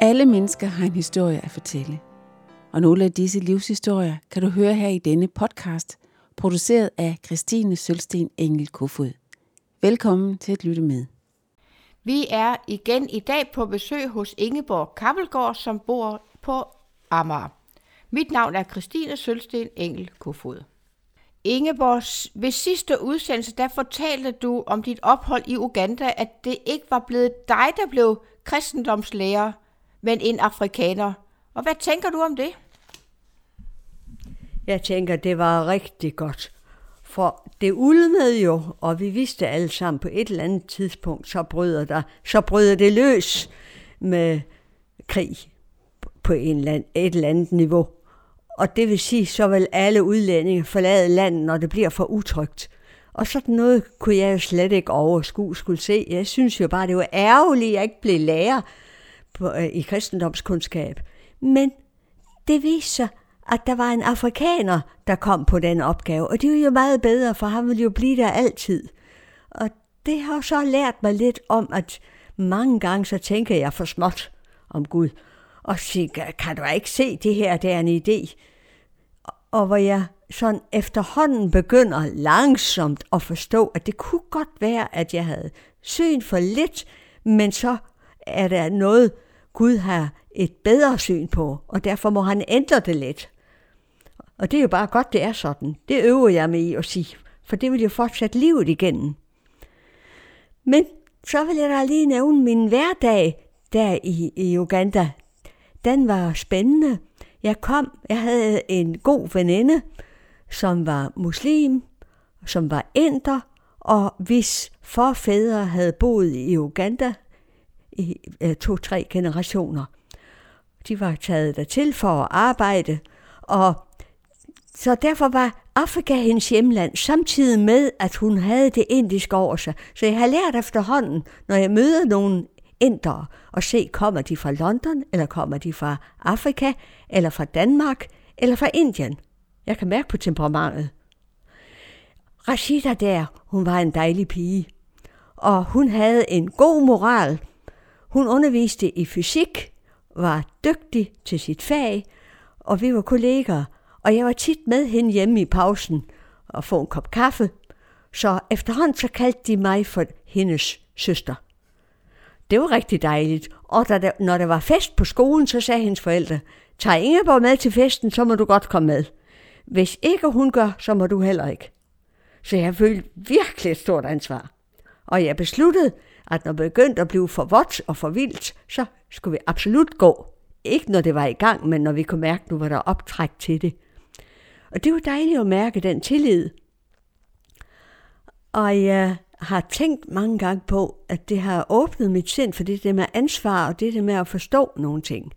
Alle mennesker har en historie at fortælle. Og nogle af disse livshistorier kan du høre her i denne podcast, produceret af Christine Sølsten Engel Kofod. Velkommen til at lytte med. Vi er igen i dag på besøg hos Ingeborg Kappelgaard, som bor på Amager. Mit navn er Christine Sølsten Engel Kofod. Ingeborg, ved sidste udsendelse, der fortalte du om dit ophold i Uganda, at det ikke var blevet dig, der blev kristendomslærer, men en afrikaner. Og hvad tænker du om det? Jeg tænker, det var rigtig godt. For det ulmede jo, og vi vidste alle sammen på et eller andet tidspunkt, så bryder det løs med krig på et eller andet niveau. Og det vil sige, så vil alle udlændinge forlade landet, når det bliver for utrygt. Og sådan noget kunne jeg jo slet ikke overskue skulle se. Jeg synes jo bare, det var ærgerligt, at jeg ikke blev lærer i kristendomskundskab. Men det viste sig, at der var en afrikaner, der kom på den opgave. Og det var jo meget bedre, for han ville jo blive der altid. Og det har så lært mig lidt om, at mange gange så tænker jeg for småt om Gud. Og siger, kan du ikke se det her, det er en idé? Og hvor jeg sådan efterhånden begynder langsomt at forstå, at det kunne godt være, at jeg havde syn for lidt, men så er der noget, Gud har et bedre syn på, og derfor må han ændre det lidt. Og det er jo bare godt, det er sådan. Det øver jeg mig i at sige, for det vil jo fortsætte livet igennem. Men så vil jeg da lige nævne min hverdag der i Uganda. Den var spændende. Jeg havde en god veninde, som var muslim, som var inder, og hvis forfædre havde boet i Uganda i 2-3 generationer. De var taget dertil for at arbejde, og så derfor var Afrika hendes hjemland, samtidig med, at hun havde det indiske over sig. Så jeg har lært efterhånden, når jeg møder nogle indere, og se, kommer de fra London, eller kommer de fra Afrika, eller fra Danmark, eller fra Indien. Jeg kan mærke på temperamentet. Rashida der, hun var en dejlig pige, og hun havde en god moral. Hun underviste i fysik, var dygtig til sit fag, og vi var kolleger, og jeg var tit med hende hjemme i pausen og få en kop kaffe, så efterhånden så kaldte de mig for hendes søster. Det var rigtig dejligt, og når der var fest på skolen, så sagde hendes forældre, tager Ingeborg med til festen, så må du godt komme med. Hvis ikke hun gør, så må du heller ikke. Så jeg følte virkelig et stort ansvar. Og jeg besluttede, at når det begyndte at blive for vådt og for vildt, så skulle vi absolut gå. Ikke når det var i gang, men når vi kunne mærke, nu var der optræk til det. Og det var dejligt at mærke den tillid. Og jeg har tænkt mange gange på, at det har åbnet mit sind for det med ansvar og det med at forstå nogle ting.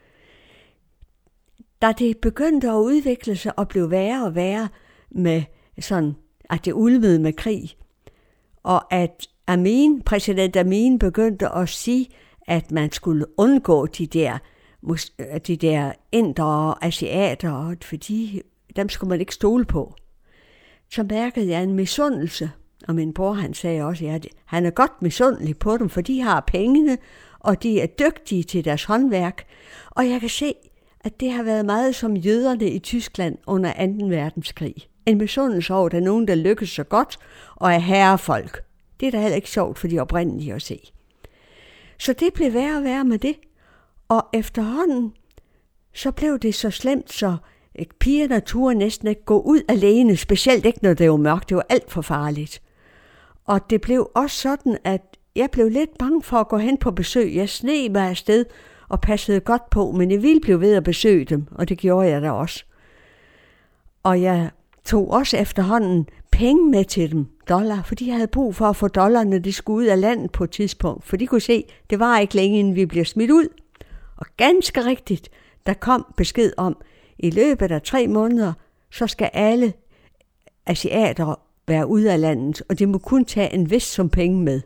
Da det begyndte at udvikle sig og blev værre og værre med sådan, at det ulmede med krig, og at præsident Amin begyndte at sige, at man skulle undgå de der indere og asiater, fordi dem skulle man ikke stole på. Så mærkede jeg en misundelse, og min bror han sagde også, at han er godt misundelig på dem, for de har pengene, og de er dygtige til deres håndværk. Og jeg kan se, at det har været meget som jøderne i Tyskland under 2. verdenskrig. En misundelse over, at der er nogen, der lykkes så godt, og er herrefolk. Det er da heller ikke sjovt for de oprindelige at se. Så det blev værre og værre med det. Og efterhånden, så blev det så slemt, så pigerne turde næsten ikke gå ud alene, specielt ikke, når det var mørkt. Det var alt for farligt. Og det blev også sådan, at jeg blev lidt bange for at gå hen på besøg. Jeg sneg mig afsted og passede godt på, men jeg ville blive ved at besøge dem, og det gjorde jeg da også. Og jeg tog også efterhånden penge med til dem, dollar, for de havde brug for at få dollar, når de skulle ud af landet på et tidspunkt, for de kunne se, det var ikke længe, inden vi bliver smidt ud. Og ganske rigtigt, der kom besked om, i løbet af 3 måneder, så skal alle asiater være ude af landet, og de må kun tage en vis sum penge med.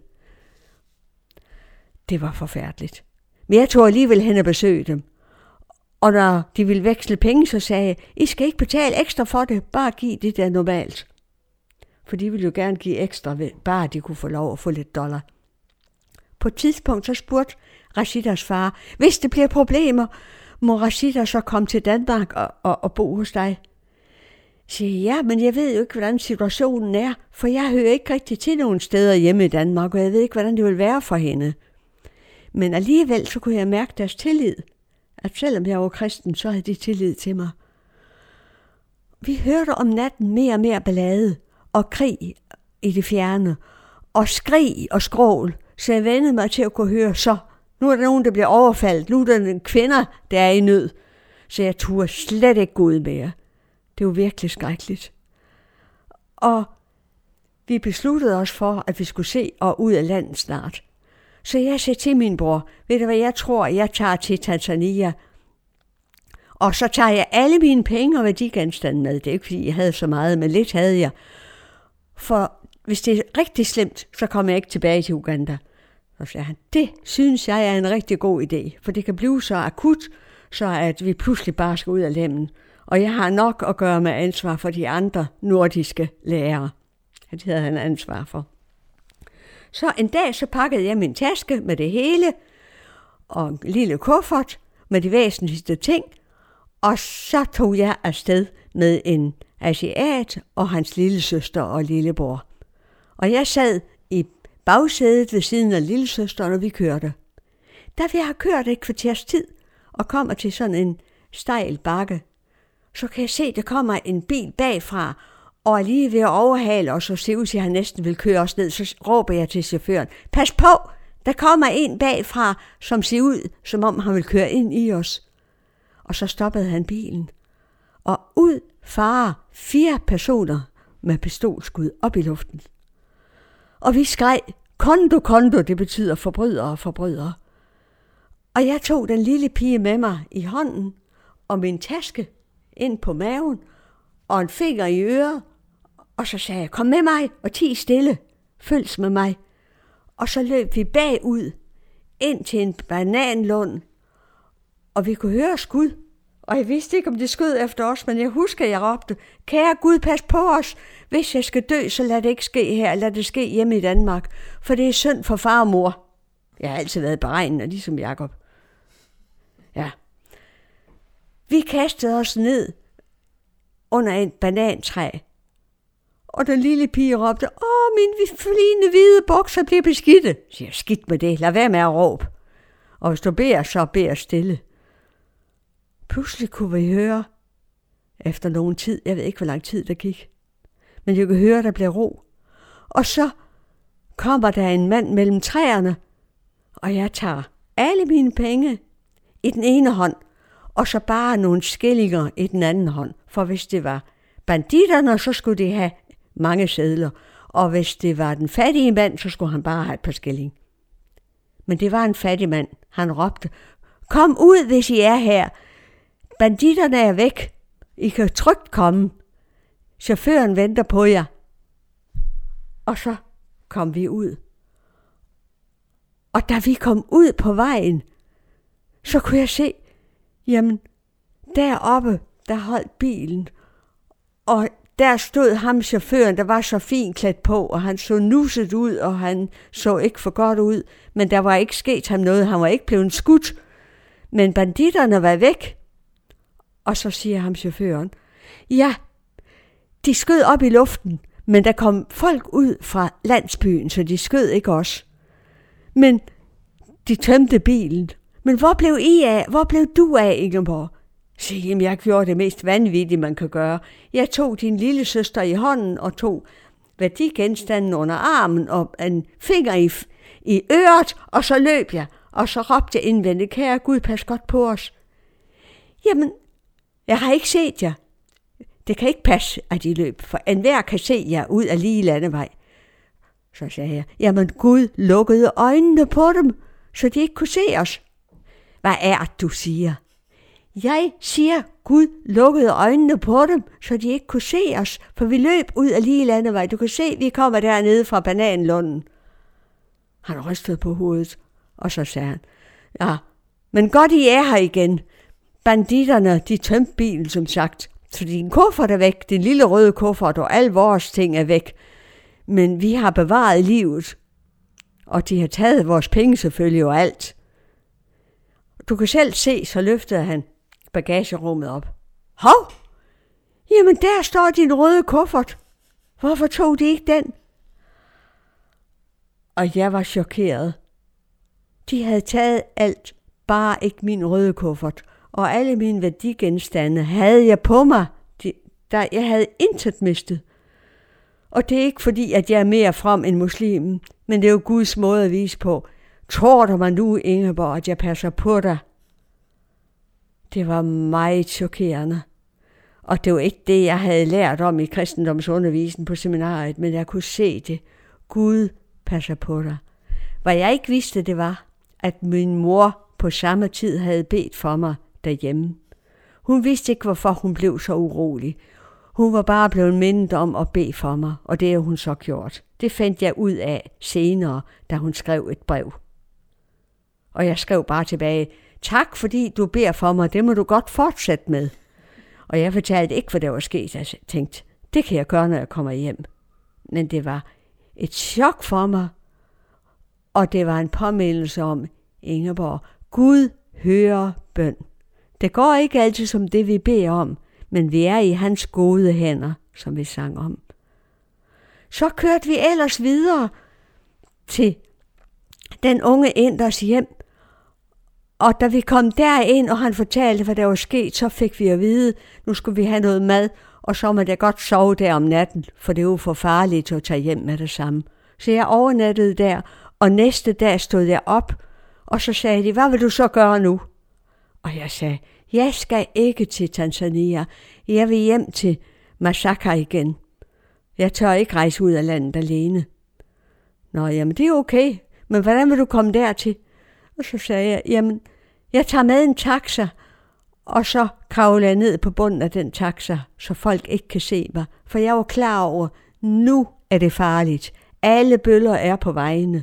Det var forfærdeligt. Men jeg tog alligevel hen og besøge dem. Og når de ville veksle penge, så sagde jeg, I skal ikke betale ekstra for det, bare giv det der normalt. For de ville jo gerne give ekstra, bare de kunne få lov at få lidt dollar. På et tidspunkt så spurgte Rashidas far, hvis det bliver problemer, må Rashida så komme til Danmark og bo hos dig? Siger ja, men jeg ved jo ikke, hvordan situationen er, for jeg hører ikke rigtig til nogen steder hjemme i Danmark, og jeg ved ikke, hvordan det vil være for hende. Men alligevel så kunne jeg mærke deres tillid, at selvom jeg var kristen, så havde de tillid til mig. Vi hørte om natten mere og mere ballade og krig i det fjerne, og skrig og skrål, så jeg vendte mig til at kunne høre, så nu er der nogen, der bliver overfaldet, nu er der en kvinder, der er i nød, så jeg turde slet ikke gå ud mere. Det var virkelig skrækkeligt. Og vi besluttede os for, at vi skulle se og ud af landet snart. Så jeg sagde til min bror, ved du hvad, jeg tror, jeg tager til Tanzania, og så tager jeg alle mine penge og værdigenstande med. Det er ikke, fordi jeg havde så meget, men lidt havde jeg. For hvis det er rigtig slemt, så kommer jeg ikke tilbage til Uganda. Så sagde han, det synes jeg er en rigtig god idé, for det kan blive så akut, så at vi pludselig bare skal ud af lemmen. Og jeg har nok at gøre med ansvar for de andre nordiske lærere. Det havde han ansvar for. Så en dag så pakkede jeg min taske med det hele, og en lille kuffert med de væsentligste ting, og så tog jeg afsted med en asiat og hans lillesøster og lillebror. Og jeg sad i bagsædet ved siden af lillesøsteren, og vi kørte. Da vi har kørt et kvarters tid og kommer til sådan en stejl bakke, så kan jeg se, at der kommer en bil bagfra, og er lige ved at overhale os, og ser ud til, at han næsten vil køre os ned. Så råber jeg til chaufføren, pas på, der kommer en bagfra, som ser ud, som om han vil køre ind i os. Og så stoppede han bilen, og ud farer 4 personer med pistolskud op i luften. Og vi skreg, kondo, det betyder forbrydere. Og jeg tog den lille pige med mig i hånden, og min taske ind på maven, og en finger i øret, og så sagde jeg, kom med mig, og ti stille, følgs med mig. Og så løb vi bagud, ind til en bananlund, og vi kunne høre skud. Og jeg vidste ikke, om det skød efter os, men jeg husker, jeg råbte, kære Gud, pas på os. Hvis jeg skal dø, så lad det ikke ske her, lad det ske hjemme i Danmark. For det er synd for far og mor. Jeg har altid været beregnende, ligesom Jakob. Ja. Vi kastede os ned under en banantræ. Og den lille pige råbte, min fine hvide bukser bliver beskidte. Så jeg, skidt med det, lad være med at råbe. Og hvis du beder, så beder stille. Pludselig kunne vi høre, efter nogen tid, jeg ved ikke, hvor lang tid der gik, men jeg kunne høre, der blev ro. Og så kommer der en mand mellem træerne, og jeg tager alle mine penge i den ene hånd, og så bare nogle skillinger i den anden hånd. For hvis det var banditterne, så skulle de have mange sedler, og hvis det var den fattige mand, så skulle han bare have et par skilling. Men det var en fattig mand. Han råbte, kom ud, hvis I er her. Banditterne er væk. I kan trygt komme. Chaufføren venter på jer. Og så kom vi ud. Og da vi kom ud på vejen, så kunne jeg se, jamen, deroppe, der holdt bilen. Og der stod ham chaufføren, der var så fint klædt på, og han så nusset ud, og han så ikke for godt ud. Men der var ikke sket ham noget. Han var ikke blevet skudt. Men banditterne var væk. Og så siger ham chaufføren, ja, de skød op i luften, men der kom folk ud fra landsbyen, så de skød ikke os. Men de tømte bilen. Men hvor blev I af? Hvor blev du af, Ingeborg? Så jamen, jeg gjorde det mest vanvittige, man kan gøre. Jeg tog din lille søster i hånden og tog værdigenstanden under armen og en finger i øret, og så løb jeg. Og så råbte jeg indvendigt, kære Gud, pas godt på os. Jamen, jeg har ikke set jer. Det kan ikke passe, at I løb, for enhver kan se jer ud af lige landevej. Så sagde jeg, jamen Gud lukkede øjnene på dem, så de ikke kunne se os. Hvad er det, du siger? Jeg siger, Gud lukkede øjnene på dem, så de ikke kunne se os, for vi løb ud af lige landevej. Du kan se, vi kommer dernede fra bananlunden. Han rystede på hovedet, og så sagde han, ja, men godt I er her igen. Banditterne, de tømte bilen, som sagt. Så din kuffert er væk, din lille røde kuffert og alle vores ting er væk. Men vi har bevaret livet, og de har taget vores penge selvfølgelig og alt. du kan selv se, så løftede han bagagerummet op. Hov! Jamen, der står din røde kuffert. Hvorfor tog de ikke den? Og jeg var chokeret. De havde taget alt, bare ikke min røde kuffert. Og alle mine værdigenstande havde jeg på mig. Jeg havde intet mistet. Og det er ikke fordi, at jeg er mere from end muslimen, men det er jo Guds måde at vise på. Tror du mig nu, Ingeborg, at jeg passer på dig? Det var meget chokerende. Og det var ikke det, jeg havde lært om i kristendomsundervisningen på seminariet, men jeg kunne se det. Gud passer på dig. Hvad jeg ikke vidste, det var, at min mor på samme tid havde bedt for mig derhjemme. Hun vidste ikke, hvorfor hun blev så urolig. Hun var bare blevet mindet om at bede for mig, og det har hun så gjort. Det fandt jeg ud af senere, da hun skrev et brev. Og jeg skrev bare tilbage, tak fordi du beder for mig, det må du godt fortsætte med. Og jeg fortalte ikke, hvad der var sket. Jeg tænkte, det kan jeg gøre, når jeg kommer hjem. Men det var et chok for mig, og det var en påmindelse om, Ingeborg, Gud hører bøn. Det går ikke altid som det, vi beder om, men vi er i hans gode hænder, som vi sang om. Så kørte vi ellers videre til den unge inders hjem, og da vi kom derind, og han fortalte, hvad der var sket, så fik vi at vide, nu skulle vi have noget mad, og så måtte jeg godt sove der om natten, for det var for farligt at tage hjem med det samme. Så jeg overnattede der, og næste dag stod jeg op, og så sagde de, hvad vil du så gøre nu? Og jeg sagde, jeg skal ikke til Tanzania, jeg vil hjem til Masaka igen. Jeg tør ikke rejse ud af landet alene. Nå, jamen det er okay, men hvordan vil du komme dertil? Og så sagde jeg, jamen, jeg tager med en taxa, og så kravler jeg ned på bunden af den taxa, så folk ikke kan se mig. For jeg var klar over, nu er det farligt. Alle bøller er på vejene.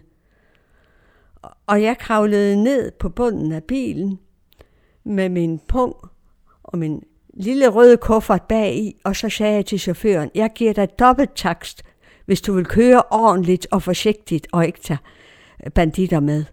Og jeg kravlede ned på bunden af bilen med min pung og min lille røde kuffert bagi, og så sagde jeg til chaufføren, jeg giver dig dobbelt takst, hvis du vil køre ordentligt og forsigtigt og ikke tage banditter med.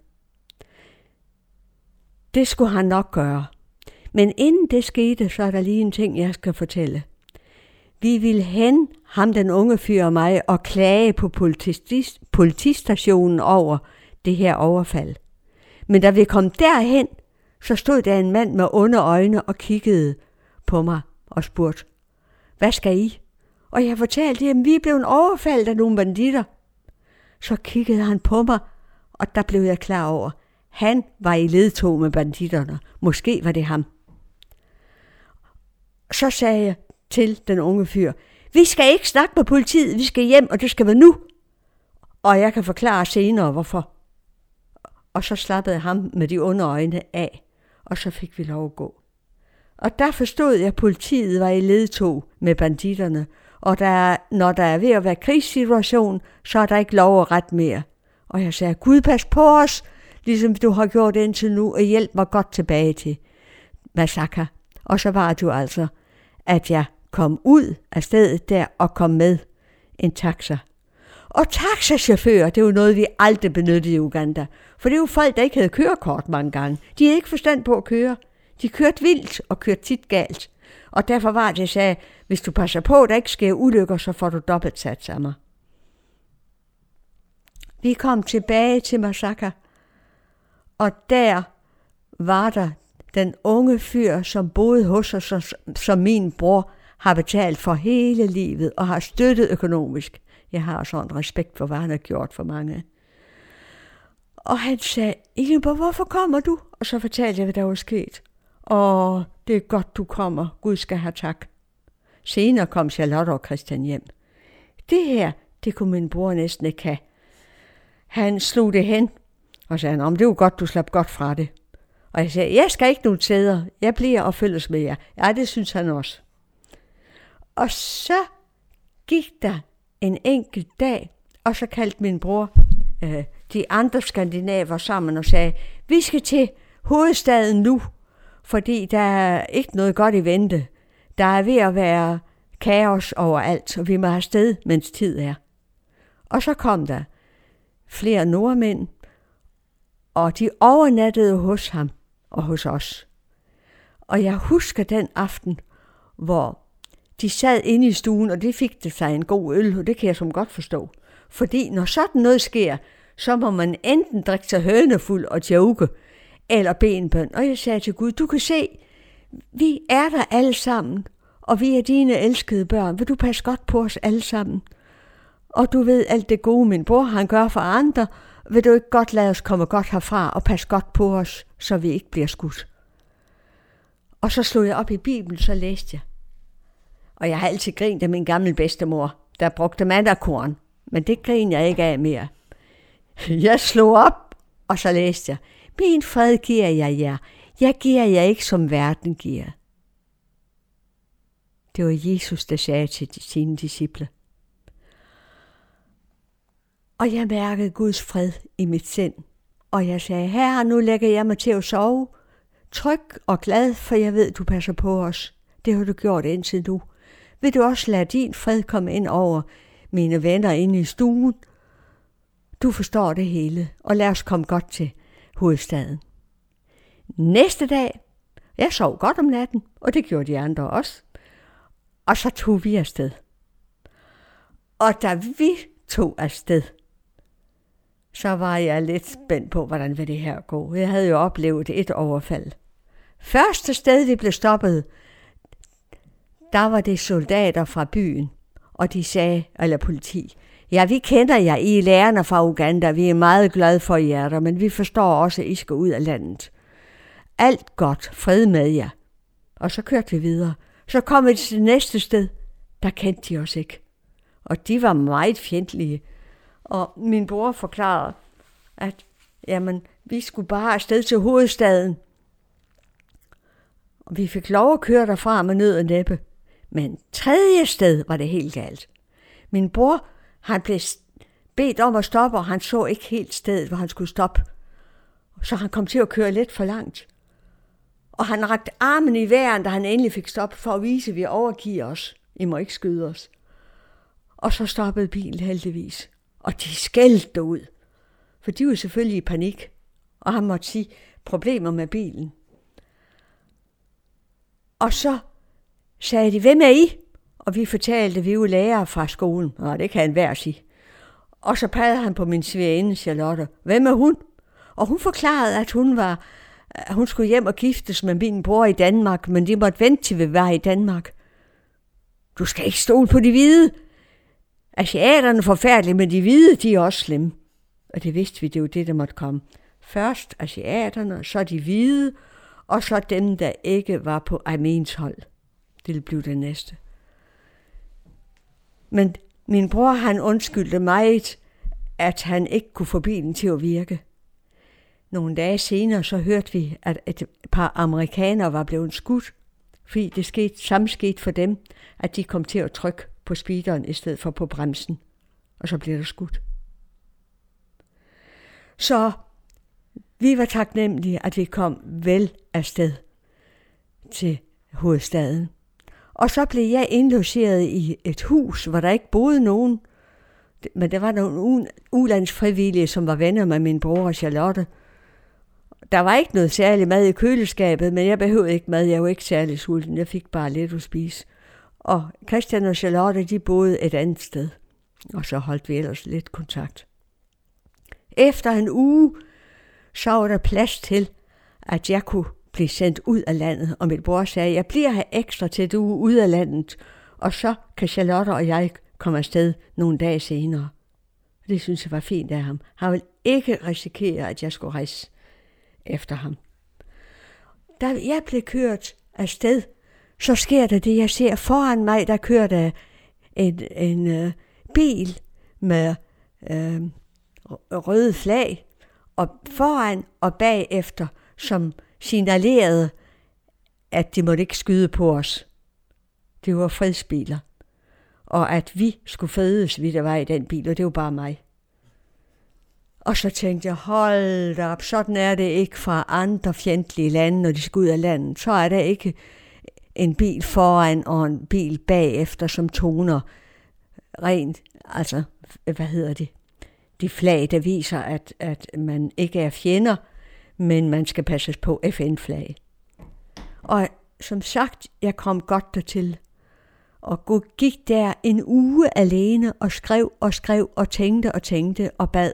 Det skulle han nok gøre. Men inden det skete, så er der lige en ting, jeg skal fortælle. Vi ville hen, ham den unge fyr og mig, og klage på politistationen over det her overfald. Men da vi kom derhen, så stod der en mand med onde øjne og kiggede på mig og spurgte, hvad skal I? Og jeg fortalte, at vi er blevet overfaldet af nogle banditter. Så kiggede han på mig, og der blev jeg klar over, han var i ledtog med banditterne. Måske var det ham. Så sagde jeg til den unge fyr, vi skal ikke snakke med politiet, vi skal hjem, og det skal være nu. Og jeg kan forklare senere, hvorfor. Og så slappede jeg ham med de onde øjne af, og så fik vi lov at gå. Og der forstod jeg, at politiet var i ledtog med banditterne, og når der er ved at være krigssituation, så er der ikke lov at rette mere. Og jeg sagde, Gud pas på os, ligesom du har gjort indtil nu, og hjælp mig godt tilbage til Masaka. Og så var det jo altså, at jeg kom ud af stedet der og kom med en taxa. Og taxachauffører, det er jo noget, vi aldrig benyttede i Uganda. For det er jo folk, der ikke havde kørekort mange gange. De havde ikke forstand på at køre. De kørte vildt og kørte tit galt. Og derfor var det, jeg sagde, hvis du passer på, at der ikke sker ulykker, så får du dobbelt sats af mig. Vi kom tilbage til Masaka, og der var der den unge fyr, som boede hos os, som min bror har betalt for hele livet og har støttet økonomisk. Jeg har sådan respekt for, hvad han har gjort for mange. Og han sagde, Ingeborg, hvorfor kommer du? Og så fortalte jeg, hvad der var sket. Og det er godt, du kommer. Gud skal have tak. Senere kom Charlotte og Christian hjem. Det her, det kunne min bror næsten ikke have. Han slog det hen, og sagde, det er jo godt, du slap godt fra det. Og jeg sagde, jeg skal ikke nogen steder. Jeg bliver og følges med jer. Ja, det synes han også. Og så gik der en enkelt dag, og så kaldte min bror de andre skandinaver sammen og sagde, vi skal til hovedstaden nu, fordi der er ikke noget godt i vente. Der er ved at være kaos overalt, og vi må have sted, mens tid er. Og så kom der flere nordmænd, og de overnattede hos ham. og hos os. Og jeg husker den aften, hvor de sad inde i stuen, og det fik det sig en god øl, og det kan jeg som godt forstå. Fordi når sådan noget sker, så må man enten drikke sig hønefuld og joke, eller bede en bøn. Og jeg sagde til Gud, du kan se, vi er der alle sammen, og vi er dine elskede børn. Vil du passe godt på os alle sammen? Og du ved alt det gode, min bror han gør for andre. Vil du ikke godt lade os komme godt herfra og passe godt på os, så vi ikke bliver skudt? Og så slog jeg op i Bibelen, så læste jeg. Og jeg har altid grint af min gamle bedstemor, der brugte mandakorn. Men det griner jeg ikke af mere. Jeg slog op, og så læste jeg. Min fred giver jeg jer. Jeg giver jer ikke, som verden giver. Det var Jesus, der sagde til sine disciple. Og jeg mærkede Guds fred i mit sind. Og jeg sagde, Herre, nu lægger jeg mig til at sove. Tryg og glad, for jeg ved, du passer på os. Det har du gjort indtil nu. Vil du også lade din fred komme ind over mine venner inde i stuen? Du forstår det hele, og lad os komme godt til hovedstaden. Næste dag, jeg sov godt om natten, og det gjorde de andre også. Og så tog vi afsted. Og da vi tog afsted, så var jeg lidt spændt på, hvordan vil det her gå. Jeg havde jo oplevet et overfald. Første sted, vi blev stoppet, der var det soldater fra byen, og de sagde, eller politi, ja, vi kender jer, I er lærerne fra Uganda, vi er meget glade for jer, men vi forstår også, at I skal ud af landet. Alt godt, fred med jer. Og så kørte vi videre. Så kom vi til det næste sted, der kendte de os ikke. Og de var meget fjendtlige. Og min bror forklarede, at jamen, vi skulle bare afsted til hovedstaden. Og vi fik lov at køre derfra med nød og næppe. Men tredje sted var det helt galt. Min bror, han blev bedt om at stoppe, og han så ikke helt stedet, hvor han skulle stoppe. Så han kom til at køre lidt for langt. Og han rakte armen i vejret, da han endelig fik stoppet for at vise, at vi overgiver os. I må ikke skyde os. Og så stoppede bilen heldigvis. Og de skældte ud. For de var selvfølgelig i panik. Og han måtte sige, problemer med bilen. Og så sagde de, hvem er I? Og vi fortalte, at vi var lærere fra skolen. Og det kan enhver sige. Og så pegede han på min svigerinde Charlotte. Hvem er hun? Og hun forklarede, at hun skulle hjem og giftes med min bror i Danmark, men de måtte vente til vi var i Danmark. Du skal ikke stole på de hvide. Asiaterne er forfærdelige, men de hvide, de er også slemme. Og det vidste vi, det var det, der måtte komme. Først asiaterne, så de hvide, og så dem, der ikke var på Amins hold. Det ville blive det næste. Men min bror, han undskyldte meget, at han ikke kunne få bilen til at virke. Nogle dage senere, så hørte vi, at et par amerikanere var blevet skudt, fordi det skete for dem, at de kom til at trykke på speederen i stedet for på bremsen, og så blev der skudt. Så vi var taknemmelige, at vi kom vel afsted til hovedstaden. Og så blev jeg indlogeret i et hus, hvor der ikke boede nogen, men der var nogle ulandsfrivillige, som var venner med min bror og Charlotte. Der var ikke noget særligt mad i køleskabet, men jeg behøvede ikke mad. Jeg var ikke særlig sulten. Jeg fik bare lidt at spise. Og Christian og Charlotte, de boede et andet sted. Og så holdt vi ellers lidt kontakt. Efter en uge, så var der plads til, at jeg kunne blive sendt ud af landet. Og min bror sagde, jeg bliver her ekstra til du er ude af landet. Og så kan Charlotte og jeg komme afsted nogle dage senere. Det synes jeg var fint af ham. Han ville ikke risikere, at jeg skulle rejse efter ham. Da jeg blev kørt afsted, så sker der det, jeg ser foran mig, der kører der en bil med røde flag, og foran og bagefter, som signalerede, at de måtte ikke skyde på os. Det var fredsbiler. Og at vi skulle fødes, vi der var i den bil, og det var bare mig. Og så tænkte jeg, hold da op, sådan er det ikke fra andre fjendtlige lande, når de skal ud af landet. Så er der ikke en bil foran og en bil bagefter, som toner rent, altså, de flag, der viser, at man ikke er fjender, men man skal passes på FN-flag. Og som sagt, jeg kom godt dertil, og gik der en uge alene og skrev og tænkte og bad.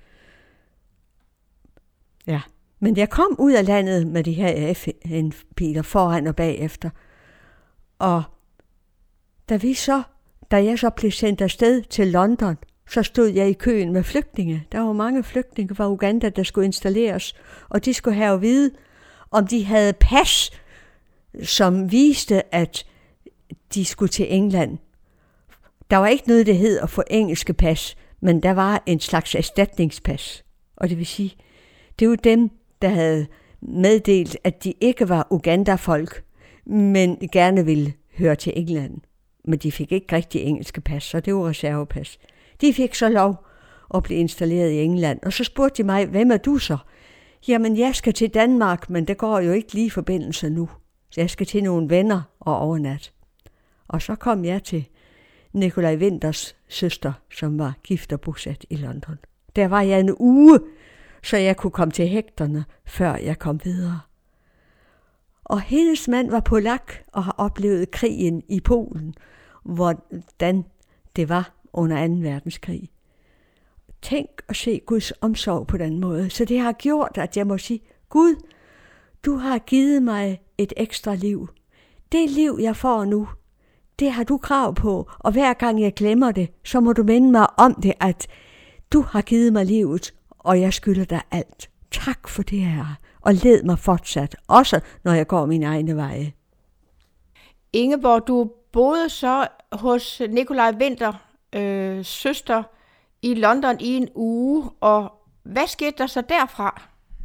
Ja, men jeg kom ud af landet med de her FN-biler foran og bagefter. Og da jeg så blev sendt afsted til London, så stod jeg i køen med flygtninge. Der var mange flygtninge fra Uganda, der skulle installeres, og de skulle have at vide, om de havde pas, som viste, at de skulle til England. Der var ikke noget, der hed at få engelske pas, men der var en slags erstatningspas. Og det vil sige, det var dem, der havde meddelt, at de ikke var Uganda-folk, men gerne ville høre til England. Men de fik ikke rigtig engelske pas, så det var reservepas. De fik så lov at blive installeret i England, og så spurgte de mig, hvem er du så? Jamen, jeg skal til Danmark, men det går jo ikke lige forbindelse nu. Så jeg skal til nogle venner og overnat. Og så kom jeg til Nikolaj Winthers søster, som var gift og bosat i London. Der var jeg en uge, så jeg kunne komme til hægterne, før jeg kom videre. Og hendes mand var polak og har oplevet krigen i Polen, hvordan det var under 2. verdenskrig. Tænk at se Guds omsorg på den måde. Så det har gjort, at jeg må sige, Gud, du har givet mig et ekstra liv. Det liv, jeg får nu, det har du krav på, og hver gang jeg glemmer det, så må du minde mig om det, at du har givet mig livet, og jeg skylder dig alt. Tak for det her, og led mig fortsat, også når jeg går mine egne veje. Ingeborg, du boede så hos Nikolaj Winther, søster, i London i en uge, og hvad skete der så derfra?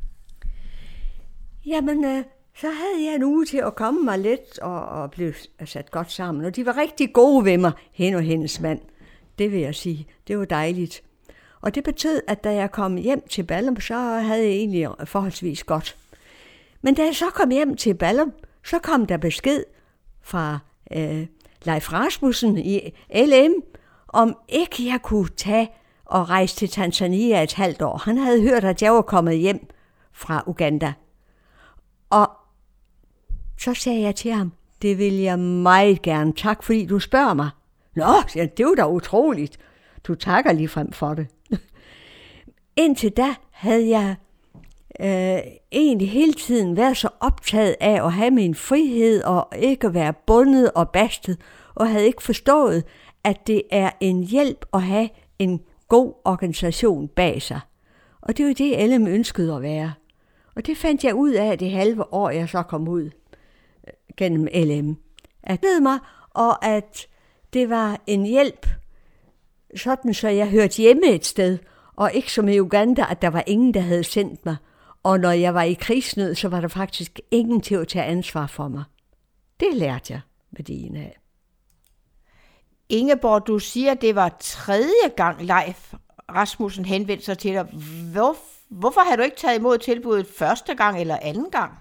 Jamen, så havde jeg en uge til at komme mig lidt og blev sat godt sammen, og de var rigtig gode ved mig, hende og hendes mand. Det vil jeg sige, det var dejligt. Og det betød, at da jeg kom hjem til Ballum, så havde jeg egentlig forholdsvis godt. Men da jeg så kom hjem til Ballum, så kom der besked fra Leif Rasmussen i LM, om ikke jeg kunne tage og rejse til Tanzania et halvt år. Han havde hørt, at jeg var kommet hjem fra Uganda. Og så sagde jeg til ham, det vil jeg meget gerne. Tak, fordi du spørger mig. Nå, det var da utroligt. Du takker ligefrem for det. Indtil da havde jeg egentlig hele tiden været så optaget af at have min frihed og ikke være bundet og bastet, og havde ikke forstået, at det er en hjælp at have en god organisation bag sig. Og det var det, LM ønskede at være. Og det fandt jeg ud af det halve år, jeg så kom ud gennem LM. At det mig, og at det var en hjælp, sådan så jeg hørte hjemme et sted, og ikke som i Uganda, at der var ingen, der havde sendt mig. Og når jeg var i krigsnød, så var der faktisk ingen til at tage ansvar for mig. Det lærte jeg værdien af. Ingeborg, du siger, at det var 3. gang Leif Rasmussen henvendte sig til dig. Hvorfor har du ikke taget imod tilbuddet 1. gang eller 2. gang?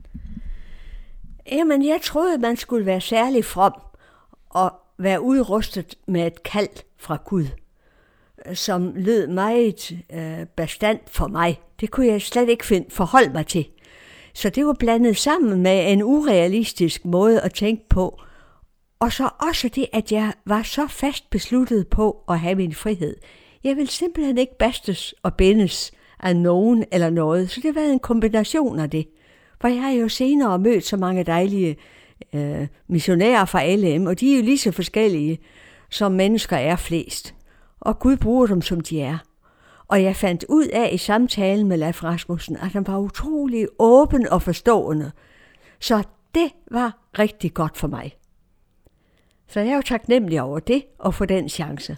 Jamen, jeg troede, man skulle være særlig from og være udrustet med et kald fra Gud, som lød meget bastant for mig. Det kunne jeg slet ikke forholde mig til. Så det var blandet sammen med en urealistisk måde at tænke på. Og så også det, at jeg var så fast besluttet på at have min frihed. Jeg ville simpelthen ikke bastes og bindes af nogen eller noget. Så det har været en kombination af det. For jeg har jo senere mødt så mange dejlige missionærer fra LM, og de er jo lige så forskellige, som mennesker er flest. Og Gud bruger dem, som de er. Og jeg fandt ud af i samtalen med Leif Rasmussen, at han var utrolig åben og forstående. Så det var rigtig godt for mig. Så jeg er jo taknemmelig over det og for den chance.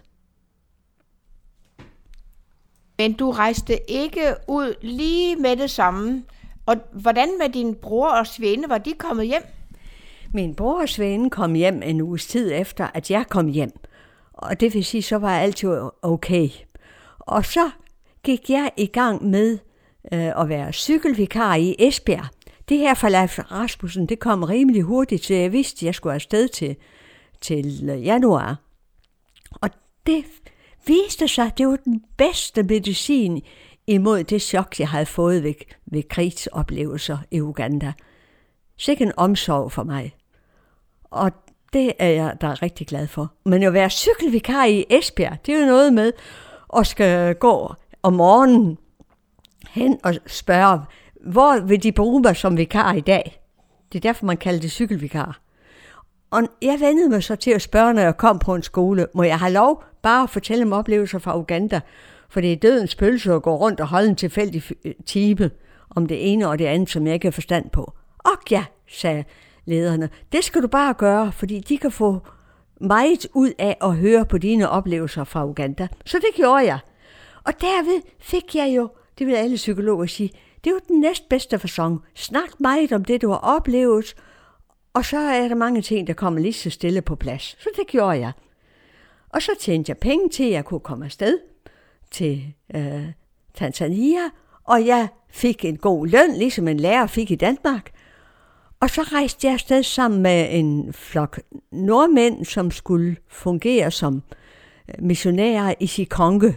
Men du rejste ikke ud lige med det samme. Og hvordan med din bror og svende, var de kommet hjem? Min bror og svende kom hjem en uges tid efter, at jeg kom hjem. Og det vil sige, så var alt jo okay. Og så gik jeg i gang med at være cykelvikar i Esbjerg. Det her for Leif Rasmussen, det kom rimelig hurtigt, så jeg vidste, at jeg skulle afsted til januar. Og det viste sig, at det var den bedste medicin imod det chok, jeg havde fået ved krigsoplevelser i Uganda. Sikke en omsorg for mig. Og det er jeg da rigtig glad for. Men at være cykelvikar i Esbjerg, det er jo noget med at skal gå om morgenen hen og spørge, hvor vil de bruge mig som vikar i dag? Det er derfor, man kalder det cykelvikar. Og jeg vendte mig så til at spørge, når jeg kom på en skole, må jeg have lov bare at fortælle om oplevelser fra Uganda? For det er dødens pølse at gå rundt og holde en tilfældig time om det ene og det andet, som jeg ikke har forstand på. Og ja, sagde lederne, det skal du bare gøre, fordi de kan få meget ud af at høre på dine oplevelser fra Uganda. Så det gjorde jeg. Og derved fik jeg jo, det vil alle psykologer sige, det er jo den næstbedste facon. Snak meget om det, du har oplevet, og så er der mange ting, der kommer lige så stille på plads. Så det gjorde jeg. Og så tjente jeg penge til, at jeg kunne komme afsted til Tanzania, og jeg fik en god løn, ligesom en lærer fik i Danmark. Og så rejste jeg afsted sammen med en flok nordmænd, som skulle fungere som missionærer i Sikonge,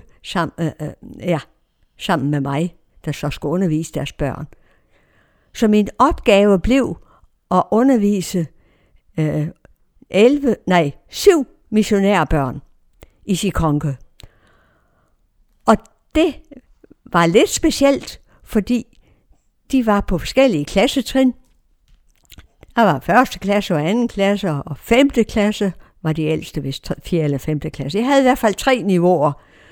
sammen med mig, der så skulle undervise deres børn. Så min opgave blev at undervise 7 missionærbørn i Sikonge. Og det var lidt specielt, fordi de var på forskellige klassetrin. Der var 1. klasse og 2. klasse og 5. klasse var de ældste, hvis 4. eller 5. klasse. Jeg havde i hvert fald 3 niveauer.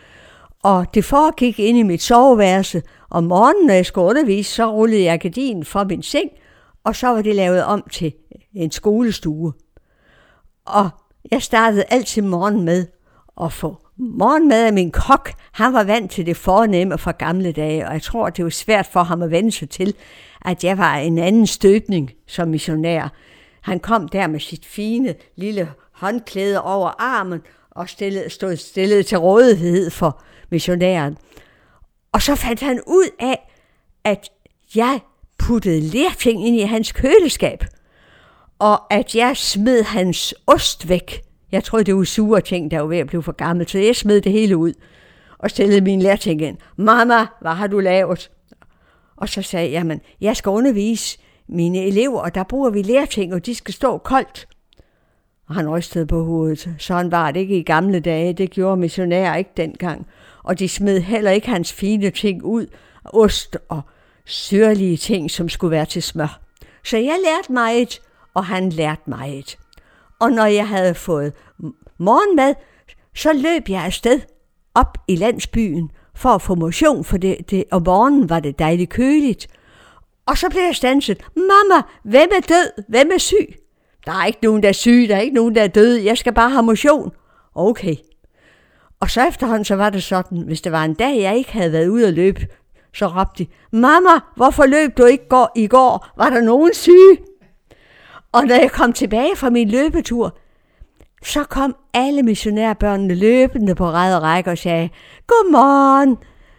Og det foregik inde i mit soveværelse. Om morgenen, når jeg skulle undervise, så rullede jeg gardinen fra min seng, og så var det lavet om til en skolestue. Og jeg startede altid morgen med at få morgenmad af min kok. Han var vant til det fornemme fra gamle dage, og jeg tror, det var svært for ham at vende sig til, at jeg var en anden støbning som missionær. Han kom der med sit fine lille håndklæde over armen og stod stillet til rådighed for missionæren. Og så fandt han ud af, at jeg puttede lerting ind i hans køleskab, og at jeg smed hans ost væk. Jeg troede, det var sure ting, der var ved at blive for gammel, så jeg smed det hele ud og stillede min lerting ind. Mamma, hvad har du lavet? Og så sagde jeg, jamen, jeg skal undervise mine elever, og der bruger vi lerting, og de skal stå koldt. Og han rystede på hovedet. Sådan var det ikke i gamle dage. Det gjorde missionærer ikke dengang. Og de smed heller ikke hans fine ting ud. Ost og syrlige ting, som skulle være til smør. Så jeg lærte meget, og han lærte meget. Og når jeg havde fået morgenmad, så løb jeg afsted op i landsbyen for at få motion, for det om morgenen var det dejligt køligt. Og så blev jeg standset. Mamma, hvem er død? Hvem er syg? Der er ikke nogen, der er syg, der er ikke nogen, der er død. Jeg skal bare have motion. Okay. Og så efterhånden, så var det sådan, hvis det var en dag, jeg ikke havde været ude at løbe, så råbte de, mamma, hvorfor løb du ikke i går? Var der nogen syge? Og når jeg kom tilbage fra min løbetur, så kom alle missionærbørnene løbende på ræd og række og sagde, godmorgen.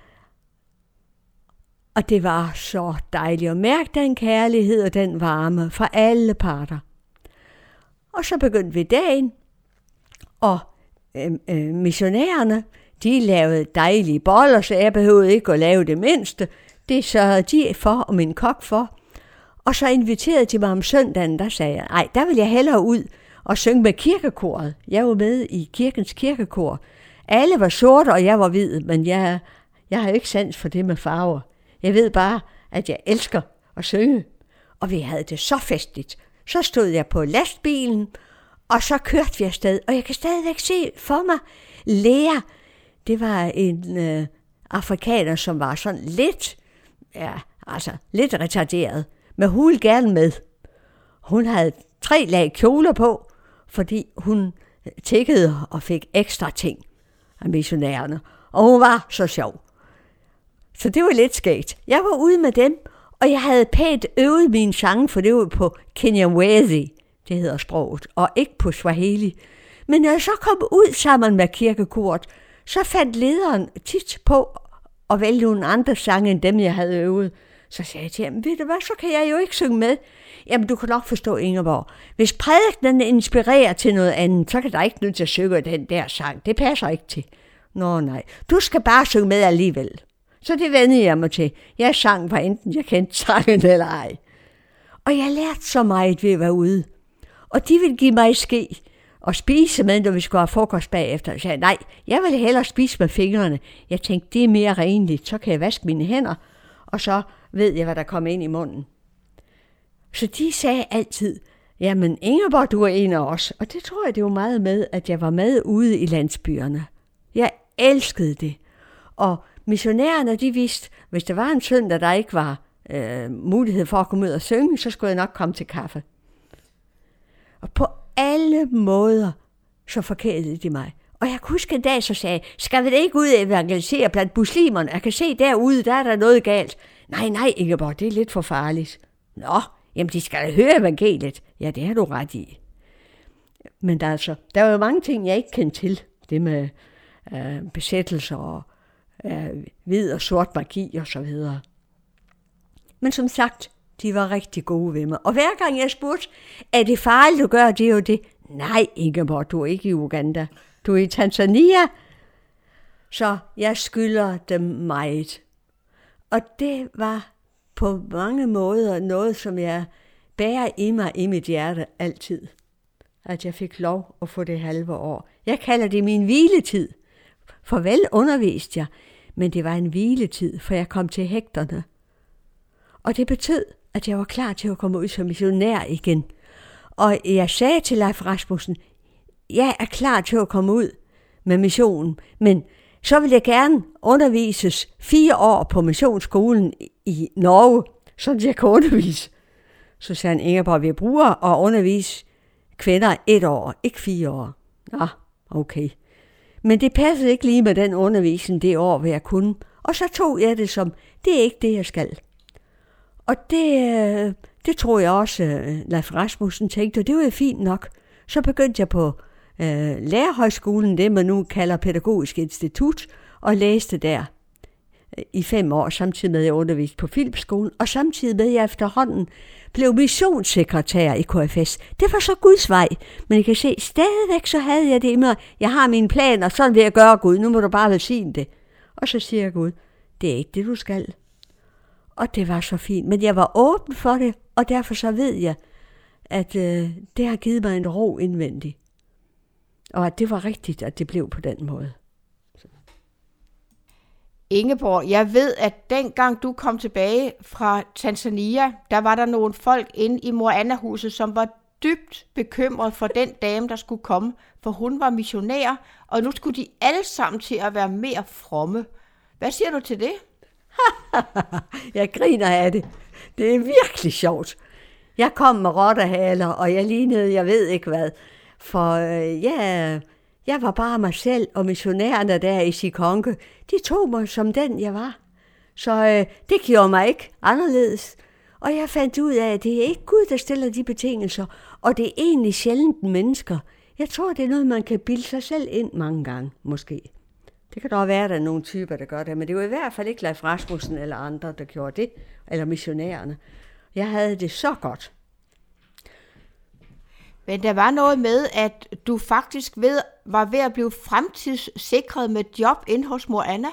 Og det var så dejligt at mærke den kærlighed og den varme fra alle parter. Og så begyndte vi dagen, og missionærerne, de lavede dejlige boller, så jeg behøvede ikke at lave det mindste. Det sørgede de for, og min kok for. Og så inviterede de mig om søndagen, der sagde jeg, nej, der vil jeg hellere ud og synge med kirkekoret. Jeg var med i kirkens kirkekor. Alle var sorte, og jeg var hvid, men jeg har ikke sans for det med farver. Jeg ved bare, at jeg elsker at synge. Og vi havde det så festligt. Så stod jeg på lastbilen, og så kørte vi afsted. Og jeg kan stadigvæk se for mig Lea. Det var en afrikaner, som var sådan lidt retarderet. Men hun ville gerne med. Hun havde 3 lag kjoler på, fordi hun tikkede og fik ekstra ting af missionærerne. Og hun var så sjov. Så det var lidt skægt. Jeg var ude med dem, og jeg havde pænt øvet mine sange, for det var på Kinyamwezi, det hedder sproget, og ikke på Swahili. Men når jeg så kom ud sammen med kirkekoret, så fandt lederen tit på at vælge nogle andre sange, end dem jeg havde øvet. Så sagde jeg til ham, ved du hvad, så kan jeg jo ikke synge med. Jamen, du kan nok forstå, Ingeborg. Hvis prædikenen inspirerer til noget andet, så kan der ikke nødt til at synge den der sang. Det passer ikke til. Nå nej, du skal bare synge med alligevel. Så det vendte jeg mig til. Jeg sang, var enten jeg kendte sangen eller ej. Og jeg lærte så meget ved at være ude. Og de ville give mig ske og spise med, når vi skulle have frokost bagefter. Jeg sagde, nej, jeg vil hellere spise med fingrene. Jeg tænkte, det er mere renligt, så kan jeg vaske mine hænder, og så ved jeg, hvad der kommer ind i munden. Så de sagde altid, jamen Ingeborg, du er en af os. Og det tror jeg, det var meget med, at jeg var med ude i landsbyerne. Jeg elskede det. Og missionærerne, de vidste, hvis der var en søndag, der ikke var mulighed for at komme ud og synge, så skulle jeg nok komme til kaffe. Og på alle måder, så forkælede de mig. Og jeg kunne huske en dag, så sagde, skal vi da ikke ud og evangelisere blandt muslimerne? Jeg kan se derude, der er der noget galt. Nej, Ingeborg, det er lidt for farligt. Nå, jamen de skal da høre evangeliet. Ja, det har du ret i. Men der var jo mange ting, jeg ikke kendte til. Det med besættelser og hvid og sort magi og så videre. Men som sagt, de var rigtig gode ved mig. Og hver gang jeg spurgte, er det farligt at gøre det og det? Nej, Ingeborg, du er ikke i Uganda. Du er i Tanzania. Så jeg skylder dem meget. Og det var på mange måder noget, som jeg bærer i mig i mit hjerte altid. At jeg fik lov at få det halve år. Jeg kalder det min hviletid. For vel underviste jeg, men det var en hviletid, for jeg kom til hægterne. Og det betød, at jeg var klar til at komme ud som missionær igen. Og jeg sagde til Leif Rasmussen, jeg er klar til at komme ud med missionen, men så vil jeg gerne undervises 4 år på missionsskolen i Norge, så jeg kan undervise. Så sagde han, Ingeborg, vi bruger at undervise kvinder 1 år, ikke 4 år. Nå, okay. Men det passede ikke lige med den undervisning det år, hvor jeg kunne. Og så tog jeg det som, det er ikke det, jeg skal. Og det tror jeg også, Leif Rasmussen tænkte, og det var jo fint nok. Så begyndte jeg på lærerhøjskolen, det man nu kalder Pædagogisk Institut, og læste der i 5 år, samtidig med at jeg underviste på Filmskolen, og samtidig med at jeg efterhånden blev missionssekretær i KFS. Det var så Guds vej, men I kan se, stadigvæk så havde jeg det i mig. Jeg har mine planer, sådan vil jeg gøre, Gud, nu må du bare velsigne det. Og så siger jeg, Gud, det er ikke det, du skal. Og det var så fint, men jeg var åben for det, og derfor så ved jeg, at det har givet mig en ro indvendig. Og at det var rigtigt, at det blev på den måde. Ingeborg, jeg ved, at dengang du kom tilbage fra Tanzania, der var der nogle folk inde i Mor Anna-huset, som var dybt bekymret for den dame, der skulle komme, for hun var missionær, og nu skulle de alle sammen til at være mere fromme. Hvad siger du til det? Jeg griner af det. Det er virkelig sjovt. Jeg kom med rottehaler, og jeg lignede, jeg ved ikke hvad. For jeg var bare mig selv, og missionærerne der i Sikonge, de tog mig som den, jeg var. Så det gjorde mig ikke anderledes. Og jeg fandt ud af, at det er ikke Gud, der stiller de betingelser, og det er egentlig sjældent mennesker. Jeg tror, det er noget, man kan bilde sig selv ind mange gange, måske. Det kan dog være, at der er nogle typer, der gør det, men det var i hvert fald ikke Leif Rasmussen eller andre, der gjorde det, eller missionærerne. Jeg havde det så godt. Men der var noget med, at du faktisk var ved at blive fremtidssikret med job inde hos Mor Anna.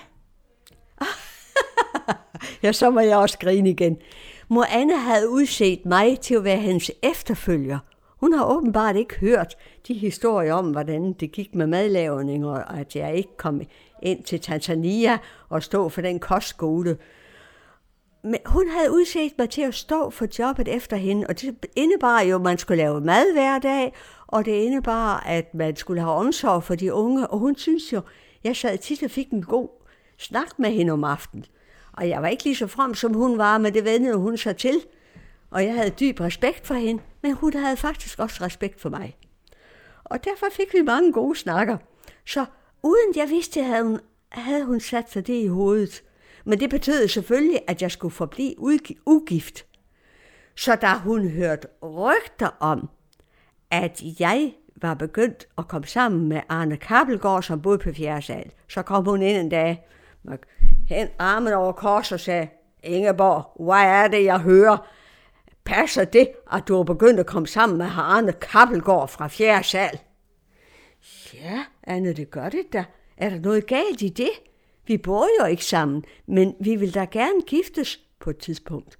Ja, så må jeg også grine igen. Mor Anna havde udset mig til at være hendes efterfølger. Hun har åbenbart ikke hørt de historier om, hvordan det gik med madlavning, og at jeg ikke kom ind til Tanzania og stå for den kostskole. Men hun havde udset mig til at stå for jobbet efter hende, og det indebar jo, at man skulle lave mad hver dag, og det indebar, at man skulle have omsorg for de unge, og hun synes jo, jeg sad tit og fik en god snak med hende om aftenen. Og jeg var ikke lige så from, som hun var, men det vendte hun sig til, og jeg havde dyb respekt for hende, men hun havde faktisk også respekt for mig. Og derfor fik vi mange gode snakker. Så uden jeg vidste, havde hun sat sig det i hovedet. Men det betød selvfølgelig, at jeg skulle forblive ugift. Så da hun hørte rygter om, at jeg var begyndt at komme sammen med Arne Kappelgaard, som boede på 4. sal, så kom hun ind en dag med armen over kors og sagde, Ingeborg, hvad er det, jeg hører? Passer det, at du er begyndt at komme sammen med Arne Kappelgaard fra 4. sal? Ja, Anne, det gør det da. Er der noget galt i det? Vi bor jo ikke sammen, men vi vil da gerne giftes på et tidspunkt.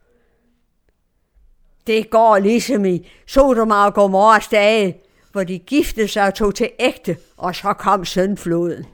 Det går ligesom i Sodoma og Gomorras dage, hvor de giftede sig og tog til ægte, og så kom syndfloden.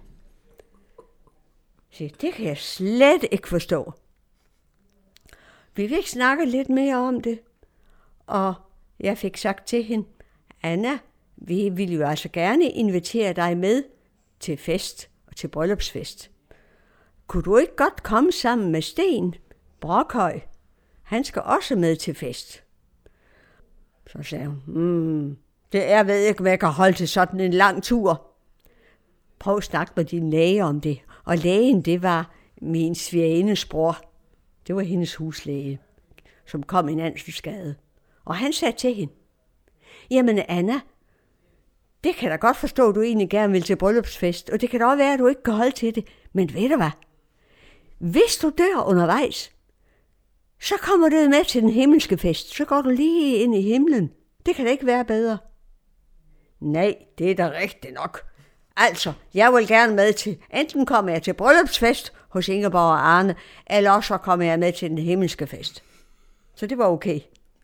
Så det kan jeg slet ikke forstå. Vi vil ikke snakke lidt mere om det, og jeg fik sagt til hende, Anna, vi vil jo altså gerne invitere dig med til fest og til bryllupsfest. Kunne du ikke godt komme sammen med Sten Brokhøj? Han skal også med til fest. Så sagde hun, jeg ved ikke, om jeg kan holde til sådan en lang tur. Prøv at snakke med din læge om det. Og lægen, det var min svigerindes bror. Det var hendes huslæge, som kom i en anselsskade. Og han sagde til hende, jamen Anna, det kan da godt forstå, at du egentlig gerne vil til bryllupsfest, og det kan da også være, at du ikke kan holde til det. Men ved du hvad? Hvis du dør undervejs, så kommer du med til den himmelske fest. Så går du lige ind i himlen. Det kan da ikke være bedre. Nej, det er da rigtigt nok. Altså, jeg vil gerne med til, enten kommer jeg til bryllupsfest hos Ingeborg og Arne, eller også kommer jeg med til den himmelske fest. Så det var okay.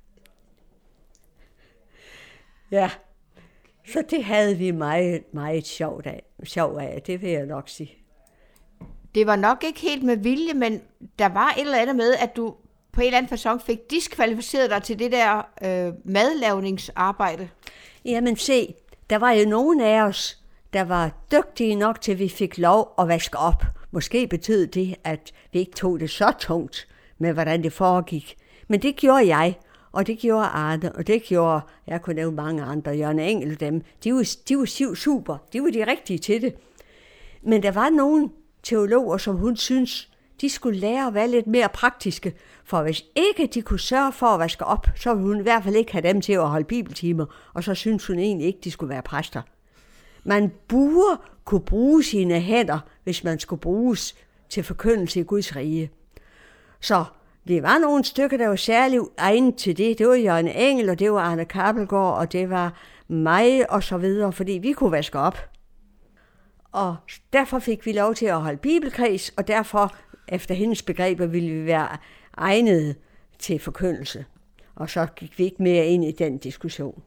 Ja, så det havde vi meget, meget sjov af, det vil jeg nok sige. Det var nok ikke helt med vilje, men der var et eller andet med, at du på en eller anden facon fik diskvalificeret dig til det der madlavningsarbejde. Jamen se, der var jo nogen af os, der var dygtige nok til, at vi fik lov at vaske op. Måske betød det, at vi ikke tog det så tungt med, hvordan det foregik. Men det gjorde jeg, og det gjorde Arne, og det gjorde, jeg kunne nævne mange andre, Jørgen Engel dem. De var super, de var de rigtige til det. Men der var nogle teologer, som hun synes, de skulle lære at være lidt mere praktiske, for hvis ikke de kunne sørge for at vaske op, så ville hun i hvert fald ikke have dem til at holde bibeltimer, og så synes hun egentlig ikke, de skulle være præster. Man burde kunne bruge sine hænder, hvis man skulle bruges til forkyndelse i Guds rige. Så det var nogle stykker, der var særligt egnet til det. Det var Jørgen Engel, og det var Arne Kappelgaard, og det var mig, og så videre, fordi vi kunne vaske op. Og derfor fik vi lov til at holde bibelkreds, og derfor, efter hendes begreber, ville vi være egnede til forkyndelse. Og så gik vi ikke mere ind i den diskussion.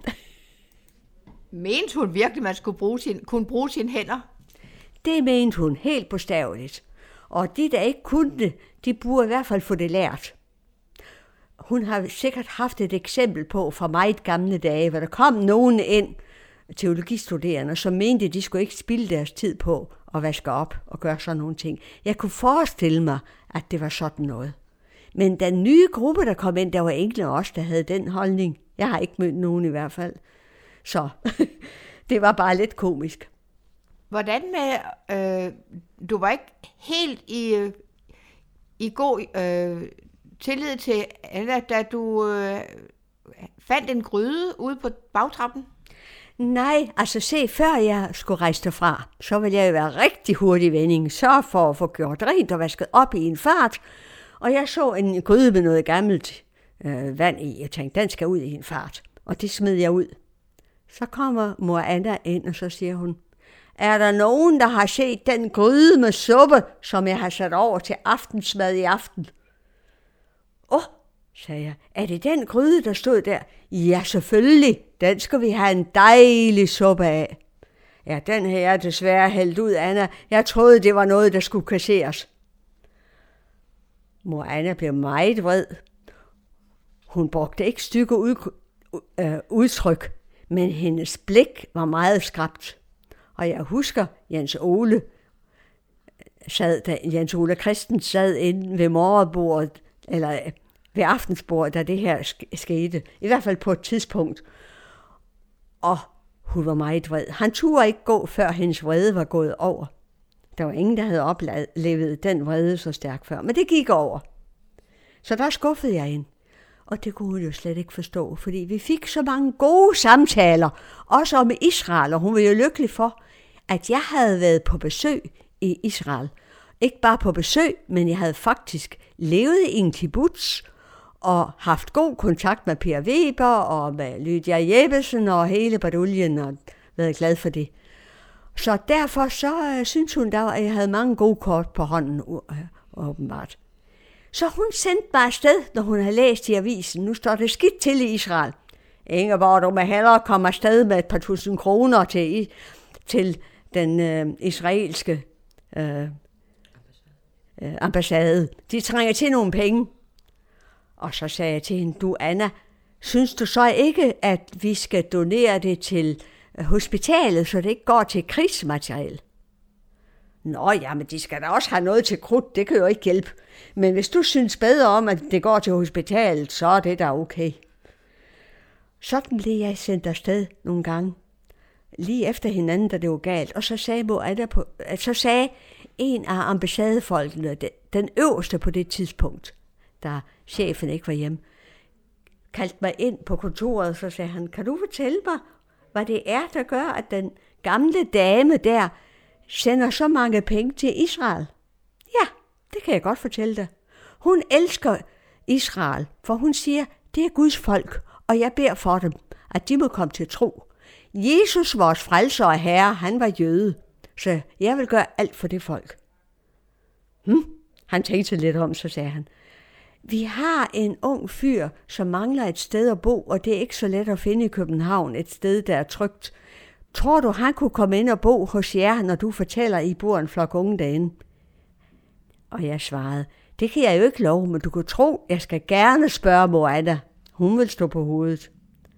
Mente hun virkelig, at man skulle kunne bruge sine hænder? Det mente hun helt bogstaveligt. Og de, der ikke kunne det, de burde i hvert fald få det lært. Hun har sikkert haft et eksempel på fra meget gamle dage, hvor der kom nogen ind, teologistuderende, som mente, at de skulle ikke spilde deres tid på at vaske op og gøre sådan nogle ting. Jeg kunne forestille mig, at det var sådan noget. Men den nye gruppe, der kom ind, der var enkelte også, der havde den holdning. Jeg har ikke mødt nogen i hvert fald. Så det var bare lidt komisk. Hvordan med, du var ikke helt i god tillid til Anna, da du fandt en gryde ude på bagtrappen? Nej, altså se, før jeg skulle rejse derfra, så ville jeg jo være rigtig hurtig vending, sørge for at få gjort rent og vasket op i en fart. Og jeg så en gryde med noget gammelt vand i, jeg tænkte, den skal ud i en fart. Og det smed jeg ud. Så kommer mor Anna ind, og så siger hun, er der nogen, der har set den gryde med suppe, som jeg har sat over til aftensmad i aften? Sagde jeg, er det den gryde, der stod der? Ja, selvfølgelig, den skal vi have en dejlig suppe af. Ja, den her er desværre hældt ud, Anna. Jeg troede, det var noget, der skulle kasseres. Mor Anna blev meget vred. Hun brugte ikke stykke udtryk, men hendes blik var meget skrapt. Og jeg husker, Jens Ole Christen sad inde ved morgenbordet, eller ved aftensbordet, da det her skete. I hvert fald på et tidspunkt. Og hun var meget vred. Han turde ikke gå, før hendes vrede var gået over. Der var ingen, der havde oplevet den vrede så stærkt før. Men det gik over. Så der skuffede jeg hende. Og det kunne hun jo slet ikke forstå, fordi vi fik så mange gode samtaler, også om Israel, og hun var jo lykkelig for, at jeg havde været på besøg i Israel. Ikke bare på besøg, men jeg havde faktisk levet i en kibbutz og haft god kontakt med Per Weber og med Lydia Jeppesen og hele baduljen og været glad for det. Så derfor så synes hun, at jeg havde mange gode kort på hånden, åbenbart. Så hun sendte mig afsted, når hun havde læst i avisen. Nu står det skidt til i Israel. Ingeborg, du må hellere komme afsted med et par tusind kroner til den israelske ambassade. De trænger til nogle penge. Og så sagde jeg til hende, du Anna, synes du så ikke, at vi skal donere det til hospitalet, så det ikke går til krigsmateriel? Nå ja, men de skal da også have noget til krudt, det kan jo ikke hjælpe. Men hvis du synes bedre om, at det går til hospitalet, så er det da okay. Sådan blev jeg sendt afsted nogle gange, lige efter hinanden, da det var galt. Og så sagde en af ambassadefolkene, den øverste på det tidspunkt, da chefen ikke var hjemme, kaldte mig ind på kontoret, og så sagde han, kan du fortælle mig, hvad det er, der gør, at den gamle dame der sender så mange penge til Israel? Ja, det kan jeg godt fortælle dig. Hun elsker Israel, for hun siger, det er Guds folk, og jeg beder for dem, at de må komme til tro. Jesus, vores frelser og herre, han var jøde, så jeg vil gøre alt for det folk. Han tænkte lidt om, så sagde han, vi har en ung fyr, som mangler et sted at bo, og det er ikke så let at finde i København, et sted, der er trygt. Tror du, han kunne komme ind og bo hos jer, når du fortæller, I bor en flok unge derinde? Og jeg svarede, det kan jeg jo ikke love, men du kan tro, jeg skal gerne spørge mor Anna. Hun vil stå på hovedet.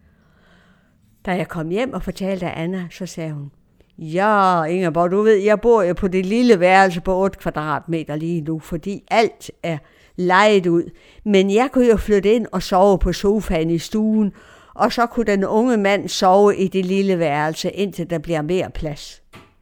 Da jeg kom hjem og fortalte af Anna, så sagde hun, ja, Ingeborg, du ved, jeg bor jo på det lille værelse på 8 kvadratmeter lige nu, fordi alt er lejet ud. Men jeg kunne jo flytte ind og sove på sofaen i stuen, og så kunne den unge mand sove i det lille værelse, indtil der bliver mere plads.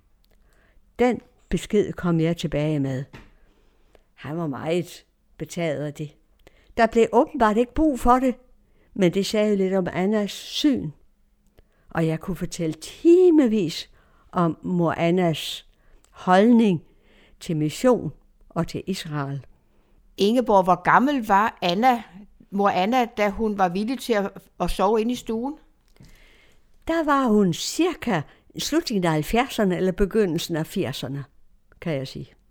Den besked kom jeg tilbage med. Han var meget betaget af det. Der blev åbenbart ikke brug for det, men det sagde jo lidt om Annas syn. Og jeg kunne fortælle timevis om mor Annas holdning til mission og til Israel. Ingeborg, hvor gammel var mor Anna, da hun var villig til at sove inde i stuen? Der var hun cirka slutningen af 70'erne eller begyndelsen af 80'erne, kan jeg sige.